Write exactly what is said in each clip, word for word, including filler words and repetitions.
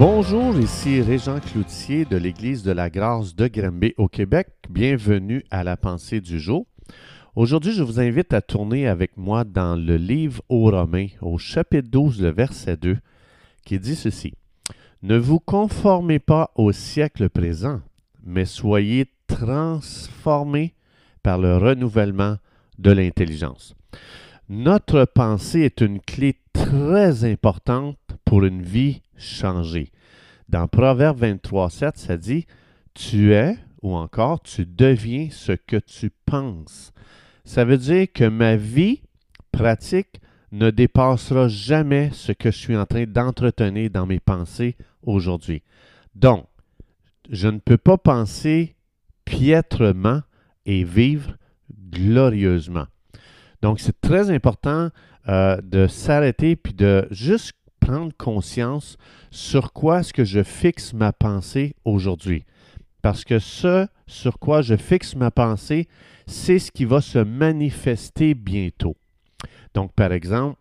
Bonjour, ici Régent Cloutier de l'Église de la Grâce de Granby au Québec. Bienvenue à la pensée du jour. Aujourd'hui, je vous invite à tourner avec moi dans le livre aux Romains, au chapitre douze, le verset deux, qui dit ceci. « Ne vous conformez pas au siècle présent, mais soyez transformés par le renouvellement de l'intelligence. » Notre pensée est une clé très importante pour une vie changée. Dans Proverbe vingt-trois, sept, ça dit « Tu es » ou encore « Tu deviens ce que tu penses ». Ça veut dire que ma vie pratique ne dépassera jamais ce que je suis en train d'entretenir dans mes pensées aujourd'hui. Donc, je ne peux pas penser piètrement et vivre glorieusement. Donc, c'est très important euh, de s'arrêter puis de juste prendre conscience sur quoi est-ce que je fixe ma pensée aujourd'hui. Parce que ce sur quoi je fixe ma pensée, c'est ce qui va se manifester bientôt. Donc, par exemple,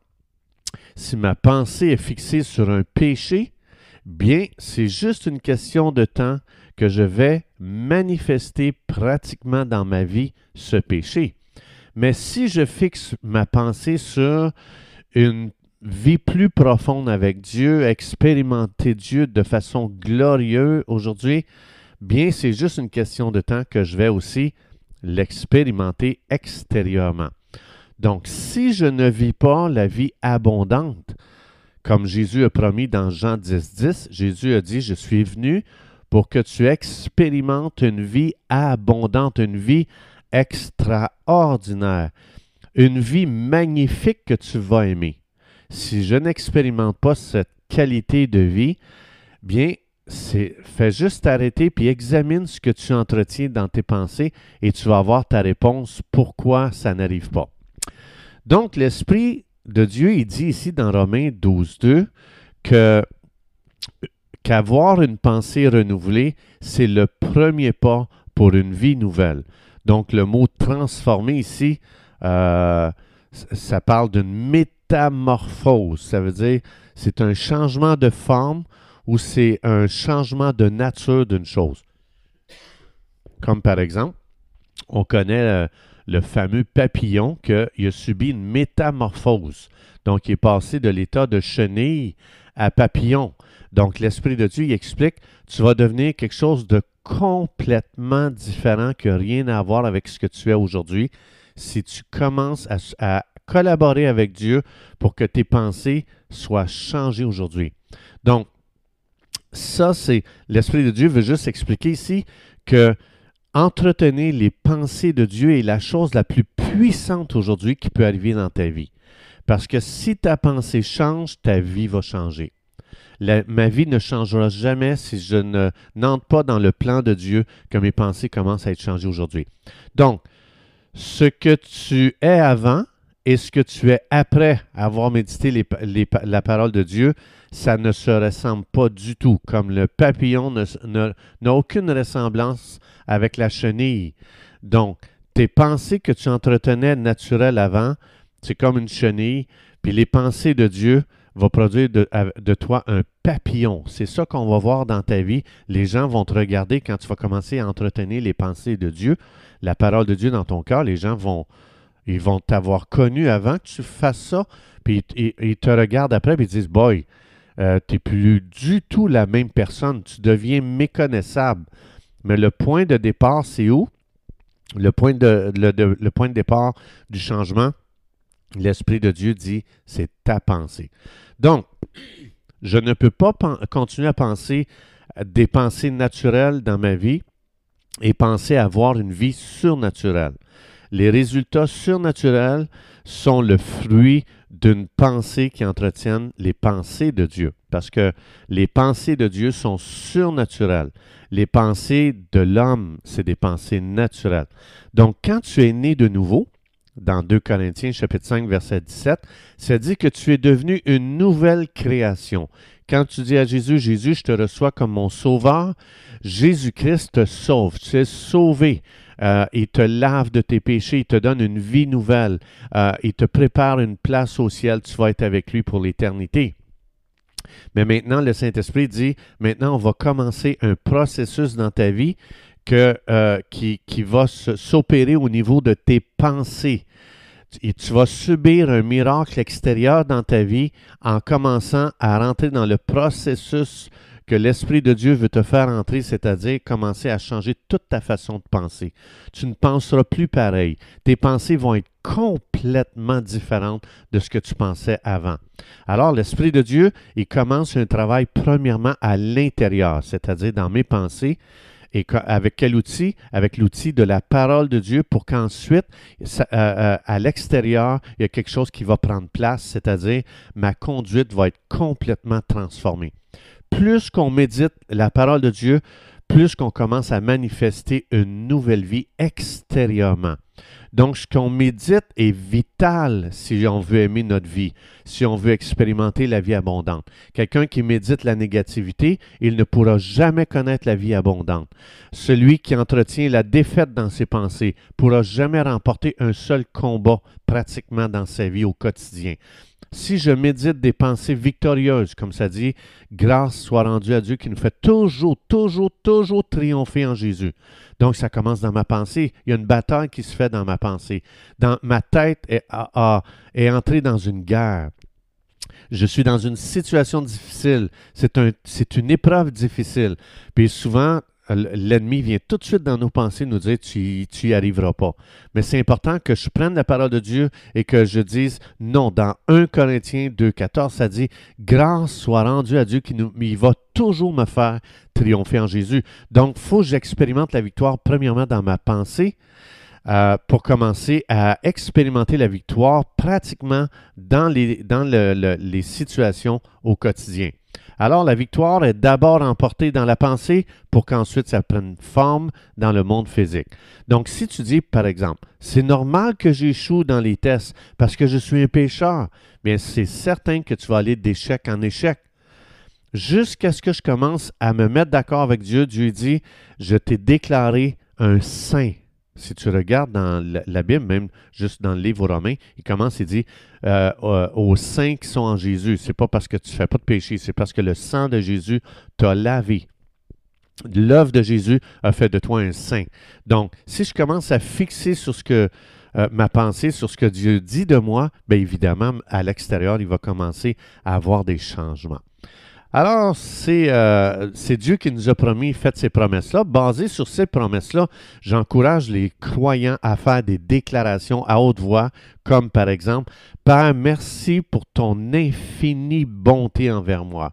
si ma pensée est fixée sur un péché, bien, c'est juste une question de temps que je vais manifester pratiquement dans ma vie ce péché. Mais si je fixe ma pensée sur une vie plus profonde avec Dieu, expérimenter Dieu de façon glorieuse aujourd'hui, bien, c'est juste une question de temps que je vais aussi l'expérimenter extérieurement. Donc, si je ne vis pas la vie abondante, comme Jésus a promis dans Jean dix, dix, Jésus a dit, « Je suis venu pour que tu expérimentes une vie abondante, une vie extraordinaire, une vie magnifique que tu vas aimer. » Si je n'expérimente pas cette qualité de vie, bien, c'est, fais juste t'arrêter puis examine ce que tu entretiens dans tes pensées et tu vas avoir ta réponse pourquoi ça n'arrive pas. Donc, l'Esprit de Dieu, il dit ici dans Romains douze, deux que qu'avoir une pensée renouvelée, c'est le premier pas pour une vie nouvelle. Donc, le mot « transformer » ici, euh, ça parle d'une métamorphose. Ça veut dire c'est un changement de forme ou c'est un changement de nature d'une chose. Comme par exemple, on connaît euh, le fameux papillon qui a subi une métamorphose. Donc, il est passé de l'état de chenille à papillon. Donc, l'Esprit de Dieu il explique, tu vas devenir quelque chose de complètement différent qui n'a rien à voir avec ce que tu es aujourd'hui si tu commences à, à collaborer avec Dieu pour que tes pensées soient changées aujourd'hui. Donc, ça, c'est l'Esprit de Dieu veut juste expliquer ici que entretenir les pensées de Dieu est la chose la plus puissante aujourd'hui qui peut arriver dans ta vie. Parce que si ta pensée change, ta vie va changer. La, ma vie ne changera jamais si je ne n'entre pas dans le plan de Dieu que mes pensées commencent à être changées aujourd'hui. Donc, ce que tu es avant et ce que tu es après avoir médité les, les, la parole de Dieu, ça ne se ressemble pas du tout. Comme le papillon ne, ne, n'a aucune ressemblance avec la chenille. Donc, tes pensées que tu entretenais naturelles avant, c'est comme une chenille, puis les pensées de Dieu vont produire de, de toi un papillon. C'est ça qu'on va voir dans ta vie. Les gens vont te regarder quand tu vas commencer à entretenir les pensées de Dieu, la parole de Dieu dans ton cœur. Les gens vont, ils vont t'avoir connu avant que tu fasses ça, puis ils, ils te regardent après, puis ils disent « Boy, euh, tu n'es plus du tout la même personne. Tu deviens méconnaissable. » Mais le point de départ, c'est où? Le point de, le, de, le point de départ du changement, l'Esprit de Dieu dit, c'est ta pensée. Donc, je ne peux pas pen- continuer à penser des pensées naturelles dans ma vie et penser à avoir une vie surnaturelle. Les résultats surnaturels sont le fruit d'une pensée qui entretienne les pensées de Dieu. Parce que les pensées de Dieu sont surnaturelles. Les pensées de l'homme, c'est des pensées naturelles. Donc, quand tu es né de nouveau, dans deux Corinthiens, chapitre cinq, verset dix-sept, ça dit que tu es devenu une nouvelle création. Quand tu dis à Jésus, « Jésus, je te reçois comme mon sauveur », Jésus-Christ te sauve. Tu es sauvé. Euh, il te lave de tes péchés, il te donne une vie nouvelle, euh, il te prépare une place au ciel, tu vas être avec lui pour l'éternité. Mais maintenant, le Saint-Esprit dit, maintenant, on va commencer un processus dans ta vie que, euh, qui, qui va s'opérer au niveau de tes pensées. Et tu vas subir un miracle extérieur dans ta vie en commençant à rentrer dans le processus que l'Esprit de Dieu veut te faire entrer, c'est-à-dire commencer à changer toute ta façon de penser. Tu ne penseras plus pareil. Tes pensées vont être complètement différentes de ce que tu pensais avant. Alors, l'Esprit de Dieu, il commence un travail premièrement à l'intérieur, c'est-à-dire dans mes pensées. Et avec quel outil? Avec l'outil de la parole de Dieu pour qu'ensuite, ça, euh, à l'extérieur, il y a quelque chose qui va prendre place, c'est-à-dire ma conduite va être complètement transformée. Plus qu'on médite la parole de Dieu, plus qu'on commence à manifester une nouvelle vie extérieurement. Donc, ce qu'on médite est vital si on veut aimer notre vie, si on veut expérimenter la vie abondante. Quelqu'un qui médite la négativité, il ne pourra jamais connaître la vie abondante. Celui qui entretient la défaite dans ses pensées ne pourra jamais remporter un seul combat pratiquement dans sa vie au quotidien. Si je médite des pensées victorieuses, comme ça dit, grâce soit rendue à Dieu qui nous fait toujours, toujours, toujours triompher en Jésus. Donc, ça commence dans ma pensée. Il y a une bataille qui se fait dans ma pensée. Dans, ma tête est, a, a, est entrée dans une guerre. Je suis dans une situation difficile. C'est un, c'est une épreuve difficile. Puis souvent, l'ennemi vient tout de suite dans nos pensées nous dire tu, tu y arriveras pas. Mais c'est important que je prenne la parole de Dieu et que je dise non. Dans un Corinthiens deux quatorze, ça dit grâce soit rendue à Dieu qui nous, il va toujours me faire triompher en Jésus. Donc, il faut que j'expérimente la victoire premièrement dans ma pensée euh, pour commencer à expérimenter la victoire pratiquement dans les, dans le, le, les situations au quotidien. Alors, la victoire est d'abord emportée dans la pensée pour qu'ensuite ça prenne forme dans le monde physique. Donc, si tu dis, par exemple, c'est normal que j'échoue dans les tests parce que je suis un pécheur, bien, c'est certain que tu vas aller d'échec en échec. Jusqu'à ce que je commence à me mettre d'accord avec Dieu, Dieu dit, je t'ai déclaré un saint. Si tu regardes dans la Bible, même juste dans le livre aux Romains, il commence et dit euh, euh, aux saints qui sont en Jésus. Ce n'est pas parce que tu ne fais pas de péché, c'est parce que le sang de Jésus t'a lavé. L'œuvre de Jésus a fait de toi un saint. Donc, si je commence à fixer sur ce que euh, ma pensée, sur ce que Dieu dit de moi, bien évidemment, à l'extérieur, il va commencer à avoir des changements. Alors, c'est, euh, c'est Dieu qui nous a promis, fait ces promesses-là. Basées sur ces promesses-là, j'encourage les croyants à faire des déclarations à haute voix, comme par exemple, « Père, merci pour ton infinie bonté envers moi.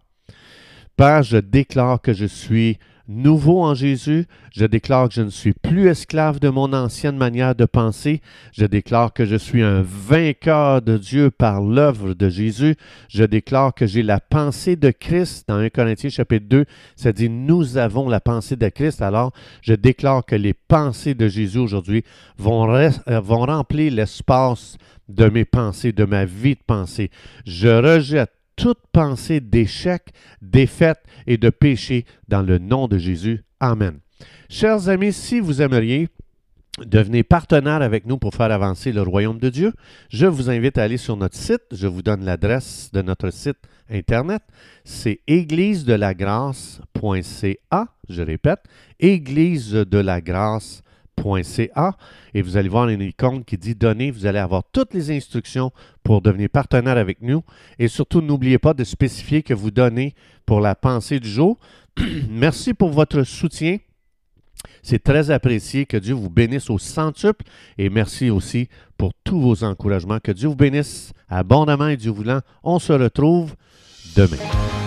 Père, je déclare que je suis nouveau en Jésus. Je déclare que je ne suis plus esclave de mon ancienne manière de penser. Je déclare que je suis un vainqueur de Dieu par l'œuvre de Jésus. Je déclare que j'ai la pensée de Christ. Dans un Corinthiens chapitre deux, ça dit « Nous avons la pensée de Christ ». Alors, je déclare que les pensées de Jésus aujourd'hui vont, vont remplir l'espace de mes pensées, de ma vie de pensée. Je rejette toute pensée d'échec, défaite et de péché dans le nom de Jésus. Amen. Chers amis, si vous aimeriez devenir partenaire avec nous pour faire avancer le royaume de Dieu, je vous invite à aller sur notre site. Je vous donne l'adresse de notre site Internet. C'est église de la grâce point c a. Je répète, église de la grâce point c a. Et vous allez voir une icône qui dit « Donner ». Vous allez avoir toutes les instructions pour devenir partenaire avec nous. Et surtout, n'oubliez pas de spécifier que vous donnez pour la pensée du jour. Merci pour votre soutien. C'est très apprécié. Que Dieu vous bénisse au centuple. Et merci aussi pour tous vos encouragements. Que Dieu vous bénisse abondamment et Dieu voulant. On se retrouve demain.